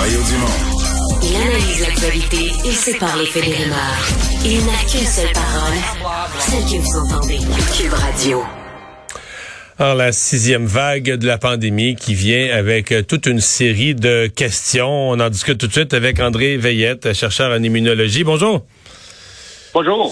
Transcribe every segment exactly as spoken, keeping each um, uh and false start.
Mario Dumont. Il analyse l'actualité et sépare les faits des rumeurs. Il n'a qu'une seule parole, celle que vous entendez. Cube Radio. Alors, la sixième vague de la pandémie qui vient avec toute une série de questions. On en discute tout de suite avec André Veillette, chercheur en immunologie. Bonjour. Bonjour.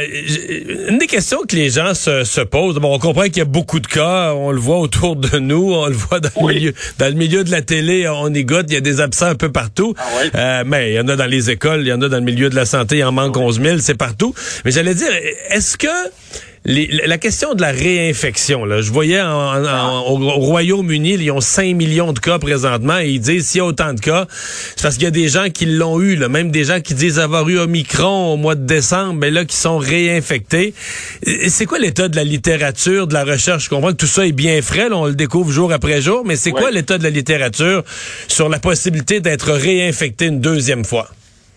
Euh, une des questions que les gens se, se posent, bon, on comprend qu'il y a beaucoup de cas, on le voit autour de nous, on le voit dans, oui. le, milieu, dans le milieu de la télé, on y goûte, il y a des absents un peu partout. Ah ouais. euh, mais il y en a dans les écoles, il y en a dans le milieu de la santé, il en manque onze mille, c'est partout. Mais j'allais dire, est-ce que Les, la question de la réinfection, là, je voyais en, en, au, au Royaume-Uni, ils ont cinq millions de cas présentement et ils disent s'il y a autant de cas, c'est parce qu'il y a des gens qui l'ont eu, là, même des gens qui disent avoir eu Omicron au mois de décembre, mais là, qui sont réinfectés. C'est quoi l'état de la littérature, de la recherche? Je comprends que tout ça est bien frais, là, on le découvre jour après jour, mais c'est ouais. quoi l'état de la littérature sur la possibilité d'être réinfecté une deuxième fois?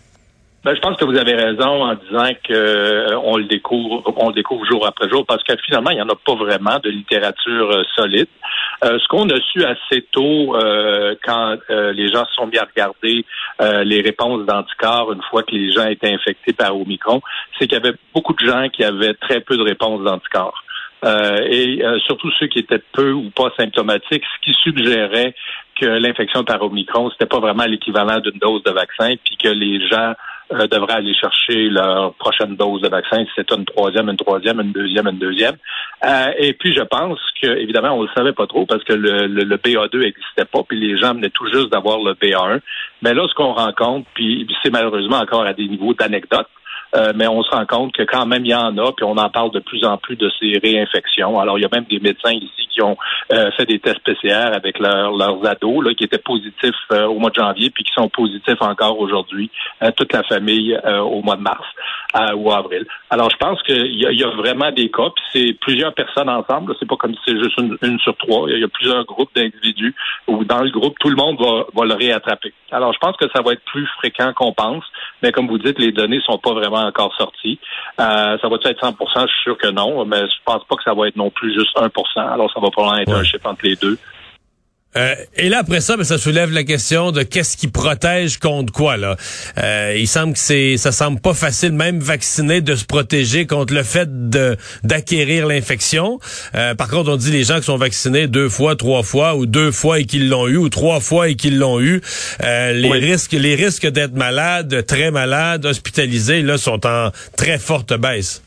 Ben, je pense que vous avez raison en disant que euh, on le découvre, on le découvre jour après jour, parce que finalement, il n'y en a pas vraiment de littérature euh, solide. Euh, ce qu'on a su assez tôt, euh, quand euh, les gens se sont mis à regarder euh, les réponses d'anticorps une fois que les gens étaient infectés par Omicron, c'est qu'il y avait beaucoup de gens qui avaient très peu de réponses d'anticorps. Euh, et euh, surtout ceux qui étaient peu ou pas symptomatiques, ce qui suggérait que l'infection par Omicron, c'était pas vraiment l'équivalent d'une dose de vaccin, puis que les gens euh, devraient aller chercher leur prochaine dose de vaccin, si c'était une troisième, une troisième, une deuxième, une deuxième. Euh, et puis je pense que, évidemment, on le savait pas trop parce que le, le, le B A deux n'existait pas, puis les gens venaient tout juste d'avoir le B A un. Mais là, ce qu'on rencontre, puis c'est malheureusement encore à des niveaux d'anecdotes, Euh, mais on se rend compte que quand même il y en a, puis on en parle de plus en plus de ces réinfections. Alors il y a même des médecins ici qui ont euh, fait des tests P C R avec leur, leurs ados là, qui étaient positifs euh, au mois de janvier, puis qui sont positifs encore aujourd'hui, euh, toute la famille euh, au mois de mars euh, ou avril. Alors je pense qu'il y a, il y a vraiment des cas, puis c'est plusieurs personnes ensemble. Là, c'est pas comme si c'est juste une, une sur trois. Il y a plusieurs groupes d'individus où dans le groupe tout le monde va, va le réattraper. Alors je pense que ça va être plus fréquent qu'on pense, mais comme vous dites, les données sont pas vraiment encore sorti. Euh, ça va-tu être cent pour cent? Je suis sûr que non, mais je pense pas que ça va être non plus juste un pour cent. Alors, ça va probablement être ouais. un chiffre entre les deux. Euh, et là, après ça, ben, ça soulève la question de qu'est-ce qui protège contre quoi, là. Euh, il semble que c'est, ça semble pas facile, même vacciné, de se protéger contre le fait de, d'acquérir l'infection. Euh, par contre, on dit les gens qui sont vaccinés deux fois, trois fois, ou deux fois et qui l'ont eu, ou trois fois et qui l'ont eu, euh, les oui. risques, les risques d'être malade, très malade, hospitalisé, là, sont en très forte baisse.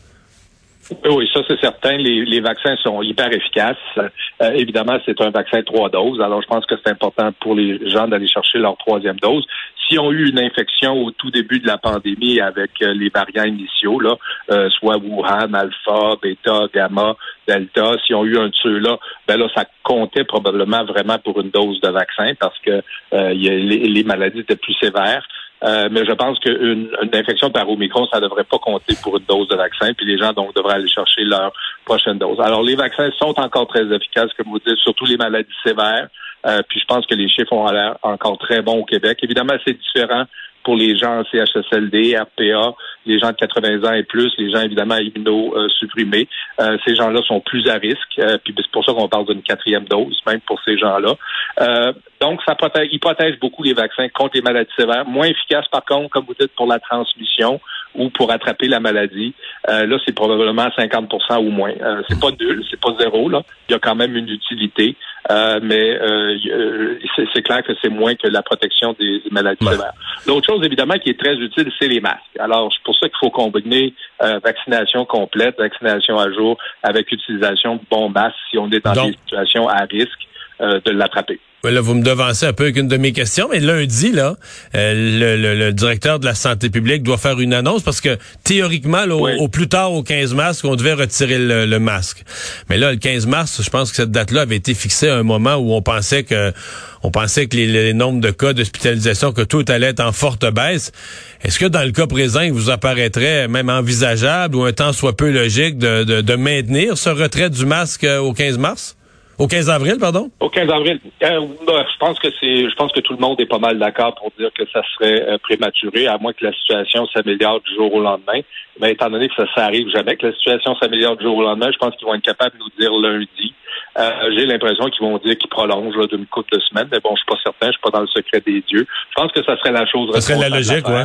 Oui, ça c'est certain. Les, les vaccins sont hyper efficaces. Euh, évidemment, c'est un vaccin trois doses. Alors, je pense que c'est important pour les gens d'aller chercher leur troisième dose. S'ils ont eu une infection au tout début de la pandémie avec euh, les variants initiaux, là, euh, soit Wuhan, Alpha, Beta, Gamma, Delta, s'ils ont eu un de ceux-là, ben là, ça comptait probablement vraiment pour une dose de vaccin parce que euh, y a, les, les maladies étaient plus sévères. Euh, mais je pense qu'une une infection par Omicron, ça ne devrait pas compter pour une dose de vaccin, puis les gens donc devraient aller chercher leur prochaine dose. Alors, les vaccins sont encore très efficaces, comme vous dites, surtout les maladies sévères. Euh, puis je pense que les chiffres ont l'air encore très bons au Québec. Évidemment, c'est différent pour les gens en C H S L D, R P A, les gens de quatre-vingts ans et plus, les gens évidemment immunosupprimés. Euh, ces gens-là sont plus à risque, euh, puis c'est pour ça qu'on parle d'une quatrième dose, même pour ces gens-là. Euh, donc, ça protège, ils protègent beaucoup les vaccins contre les maladies sévères. Moins efficaces, par contre, comme vous dites, pour la transmission ou pour attraper la maladie. Euh, là, c'est probablement cinquante pour cent ou moins. Euh, c'est pas nul, c'est pas zéro, là. Il y a quand même une utilité, euh, mais euh, c'est, c'est clair que c'est moins que la protection des, des maladies ouais. sévères. L'autre chose, évidemment, qui est très utile, c'est les masques. Alors, c'est pour ça qu'il faut combiner euh, vaccination complète, vaccination à jour, avec utilisation de bons masques si on est dans Donc, des situations à risque euh, de l'attraper. Là, vous me devancez un peu avec une de mes questions, mais lundi, là, euh, le, le, le directeur de la santé publique doit faire une annonce parce que théoriquement, là, oui. au, au plus tard, au quinze mars, on devait retirer le, le masque. Mais là, le quinze mars, je pense que cette date-là avait été fixée à un moment où on pensait que on pensait que les, les nombres de cas d'hospitalisation, que tout allait être en forte baisse. Est-ce que dans le cas présent, il vous apparaîtrait même envisageable ou un temps soit peu logique de, de, de maintenir ce retrait du masque au quinze mars? Au quinze avril, pardon? Au quinze avril. Euh, bah, je pense que c'est, je pense que tout le monde est pas mal d'accord pour dire que ça serait euh, prématuré, à moins que la situation s'améliore du jour au lendemain. Mais étant donné que ça, ça arrive jamais, que la situation s'améliore du jour au lendemain, je pense qu'ils vont être capables de nous dire lundi. Euh, j'ai l'impression qu'ils vont dire qu'ils prolongent là, d'une couple de semaines, mais bon, je suis pas certain, je suis pas dans le secret des dieux. Je pense que ça serait la chose. Ça serait la logique, ouais.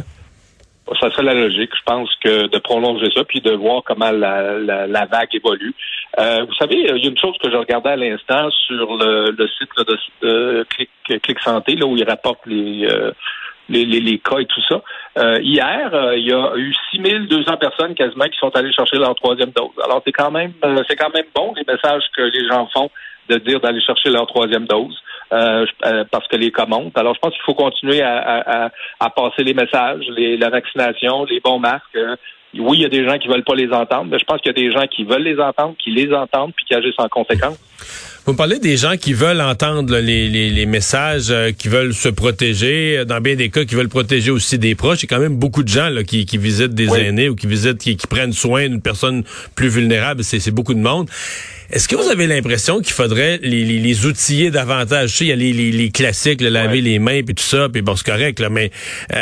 Ça serait la logique. Je pense que de prolonger ça, puis de voir comment la, la, la vague évolue. Euh, vous savez, il y a une chose que je regardais à l'instant sur le, le site là, de, de Clic, Clic Santé, là où ils rapportent les, euh, les, les, les cas et tout ça. Euh, hier, euh, il y a eu six mille deux cents personnes quasiment qui sont allées chercher leur troisième dose. Alors, c'est quand même, euh, c'est quand même bon, les messages que les gens font de dire d'aller chercher leur troisième dose. Euh, euh, parce que les cas montent. Alors, je pense qu'il faut continuer à, à, à passer les messages, les, la vaccination, les bons masques. Euh, oui, il y a des gens qui veulent pas les entendre, mais je pense qu'il y a des gens qui veulent les entendre, qui les entendent, puis qui agissent en conséquence. Vous me parlez des gens qui veulent entendre là, les, les, les messages, euh, qui veulent se protéger, dans bien des cas, qui veulent protéger aussi des proches. Il y a quand même beaucoup de gens là, qui, qui visitent des oui. aînés ou qui visitent, qui, qui prennent soin d'une personne plus vulnérable. C'est, c'est beaucoup de monde. Est-ce que vous avez l'impression qu'il faudrait les, les, les outiller davantage? Je sais, il y a les, les, les classiques, le laver ouais. les mains puis tout ça, puis bon, c'est correct, là, mais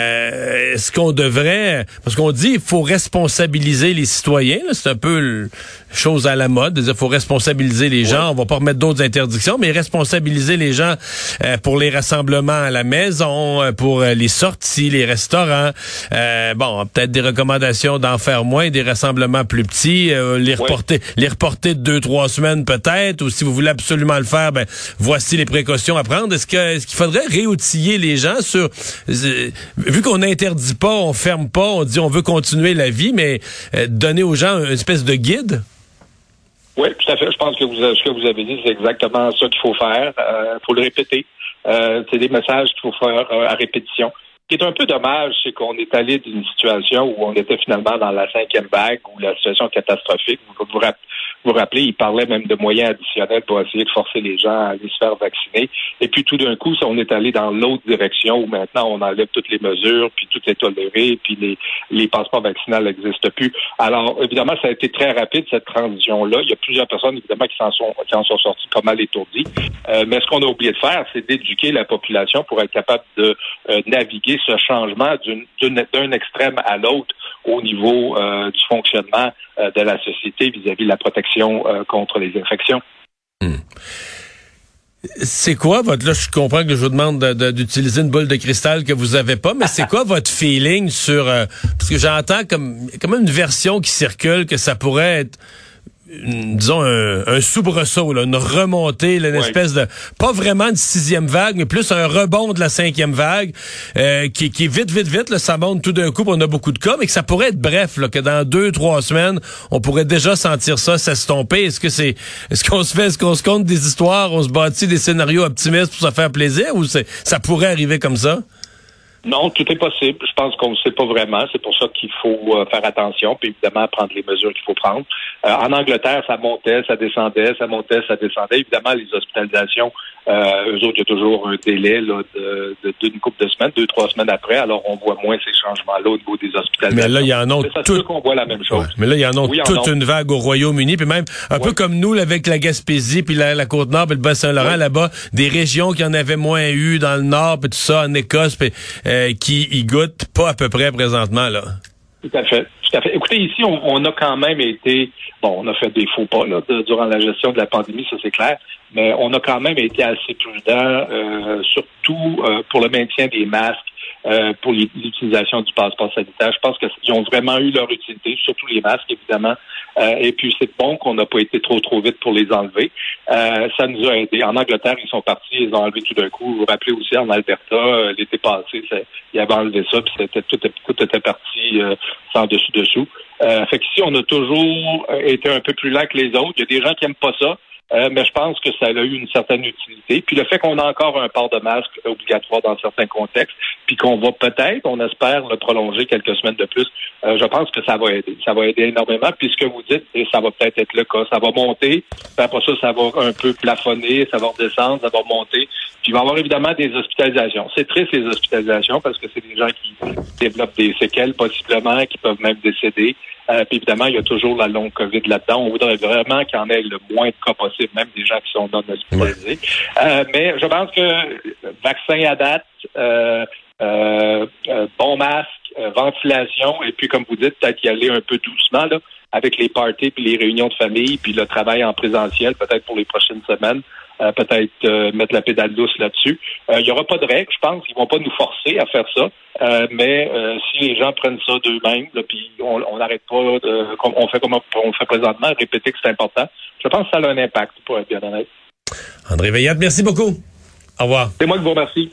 euh, est-ce qu'on devrait... Parce qu'on dit qu'il faut responsabiliser les citoyens, là, c'est un peu chose à la mode, il faut responsabiliser les gens, ouais. on va pas remettre d'autres interdictions, mais responsabiliser les gens euh, pour les rassemblements à la maison, pour euh, les sorties, les restaurants. Euh, bon, peut-être des recommandations d'en faire moins, des rassemblements plus petits, euh, les reporter, ouais. les reporter de deux, trois semaines peut-être, ou si vous voulez absolument le faire, ben voici les précautions à prendre. Est-ce que est-ce qu'il faudrait réoutiller les gens sur euh, vu qu'on n'interdit pas, on ferme pas, on dit on veut continuer la vie, mais euh, donner aux gens une espèce de guide? Oui, tout à fait. Je pense que vous, ce que vous avez dit, c'est exactement ça qu'il faut faire. Il euh, faut le répéter. Euh, c'est des messages qu'il faut faire euh, à répétition. Ce qui est un peu dommage, c'est qu'on est allé d'une situation où on était finalement dans la cinquième vague, où la situation catastrophique. Vous vous, rappelez, vous rappelez, il parlait même de moyens additionnels pour essayer de forcer les gens à aller se faire vacciner. Et puis tout d'un coup, on est allé dans l'autre direction où maintenant on enlève toutes les mesures, puis tout est toléré, puis les, les passeports vaccinaux n'existent plus. Alors évidemment, ça a été très rapide cette transition-là. Il y a plusieurs personnes évidemment qui s'en sont qui en sont sorties pas mal étourdies. Euh, mais ce qu'on a oublié de faire, c'est d'éduquer la population pour être capable de euh, naviguer ce changement d'une, d'une, d'un extrême à l'autre au niveau euh, du fonctionnement euh, de la société vis-à-vis de la protection euh, contre les infections. Hmm. C'est quoi votre... Là, je comprends que je vous demande de, de, d'utiliser une boule de cristal que vous avez pas, mais c'est quoi votre feeling sur... Euh, parce que j'entends comme, comme une version qui circule que ça pourrait être... Une, disons un, un soubresaut, là, une remontée, là, une ouais. espèce de pas vraiment de sixième vague, mais plus un rebond de la cinquième vague euh, qui, qui est vite, vite, vite, là, ça monte tout d'un coup, on a beaucoup de cas, mais que ça pourrait être bref, là, que dans deux, trois semaines, on pourrait déjà sentir ça s'estomper. Est-ce que c'est est-ce qu'on se fait, est-ce qu'on se compte des histoires, on se bâtit des scénarios optimistes pour se faire plaisir, ou c'est ça pourrait arriver comme ça? Non, tout est possible. Je pense qu'on ne sait pas vraiment. C'est pour ça qu'il faut euh, faire attention, puis évidemment prendre les mesures qu'il faut prendre. Euh, en Angleterre, ça montait, ça descendait, ça montait, ça descendait. Évidemment, les hospitalisations, euh, eux autres, il y a toujours un délai là, de, de, d'une couple de semaines, deux, trois semaines après. Alors, on voit moins ces changements-là au niveau des hospitalisations. Mais là, il y en a tout... sûr qu'on voit la même chose. Ouais, mais là, il y en a oui, toute en une vague au Royaume-Uni, puis même un ouais. peu comme nous, là, avec la Gaspésie, puis la, la Côte-Nord, puis le Bas-Saint-Laurent, ouais. là-bas, des régions qui en avaient moins eu dans le Nord, puis tout ça, en Écosse, puis euh, qui y goûtent pas à peu près présentement, là. Tout à fait. Tout à fait. Écoutez, ici, on, on a quand même été, bon, on a fait des faux pas là, de, durant la gestion de la pandémie, ça c'est clair, mais on a quand même été assez prudent, euh, surtout euh, pour le maintien des masques, euh, pour l'utilisation du passeport sanitaire. Je pense qu'ils ont vraiment eu leur utilité, surtout les masques, évidemment. Euh, et puis, c'est bon qu'on n'a pas été trop, trop vite pour les enlever. Euh, ça nous a aidé. En Angleterre, ils sont partis, ils ont enlevé tout d'un coup. Vous vous rappelez aussi, en Alberta, euh, l'été passé, ça, ils avaient enlevé ça, puis c'était, tout, tout était parti euh, sans dessus-dessous. Euh, fait qu'ici, on a toujours été un peu plus lent que les autres. Il y a des gens qui n'aiment pas ça. Euh, mais je pense que ça a eu une certaine utilité. Puis le fait qu'on a encore un port de masque obligatoire dans certains contextes, puis qu'on va peut-être, on espère, le prolonger quelques semaines de plus, euh, je pense que ça va aider. Ça va aider énormément. Puis ce que vous dites, et ça va peut-être être le cas, ça va monter, puis après ça, ça va un peu plafonner, ça va redescendre, ça va remonter. Puis il va y avoir évidemment des hospitalisations. C'est triste, les hospitalisations, parce que c'est des gens qui développent des séquelles, possiblement, qui peuvent même décéder. Euh, puis évidemment, il y a toujours la longue COVID là-dedans. On voudrait vraiment qu'il y en ait le moins de cas possible. possible, même des gens qui sont non hospitalisés. Ouais. Euh, mais je pense que vaccin à date, euh, euh, euh, bon masque, euh, ventilation, et puis comme vous dites, peut-être y aller un peu doucement là, avec les parties puis les réunions de famille, puis le travail en présentiel, peut-être pour les prochaines semaines. Euh, peut-être euh, mettre la pédale douce là-dessus. Il euh, n'y aura pas de règles, je pense. Ils vont pas nous forcer à faire ça. Euh, mais euh, si les gens prennent ça d'eux-mêmes, puis on n'arrête pas, de, comme on fait comme on fait présentement, répéter que c'est important, je pense que ça a un impact, pour être bien honnête. André Veillette, merci beaucoup. Au revoir. C'est moi qui vous remercie.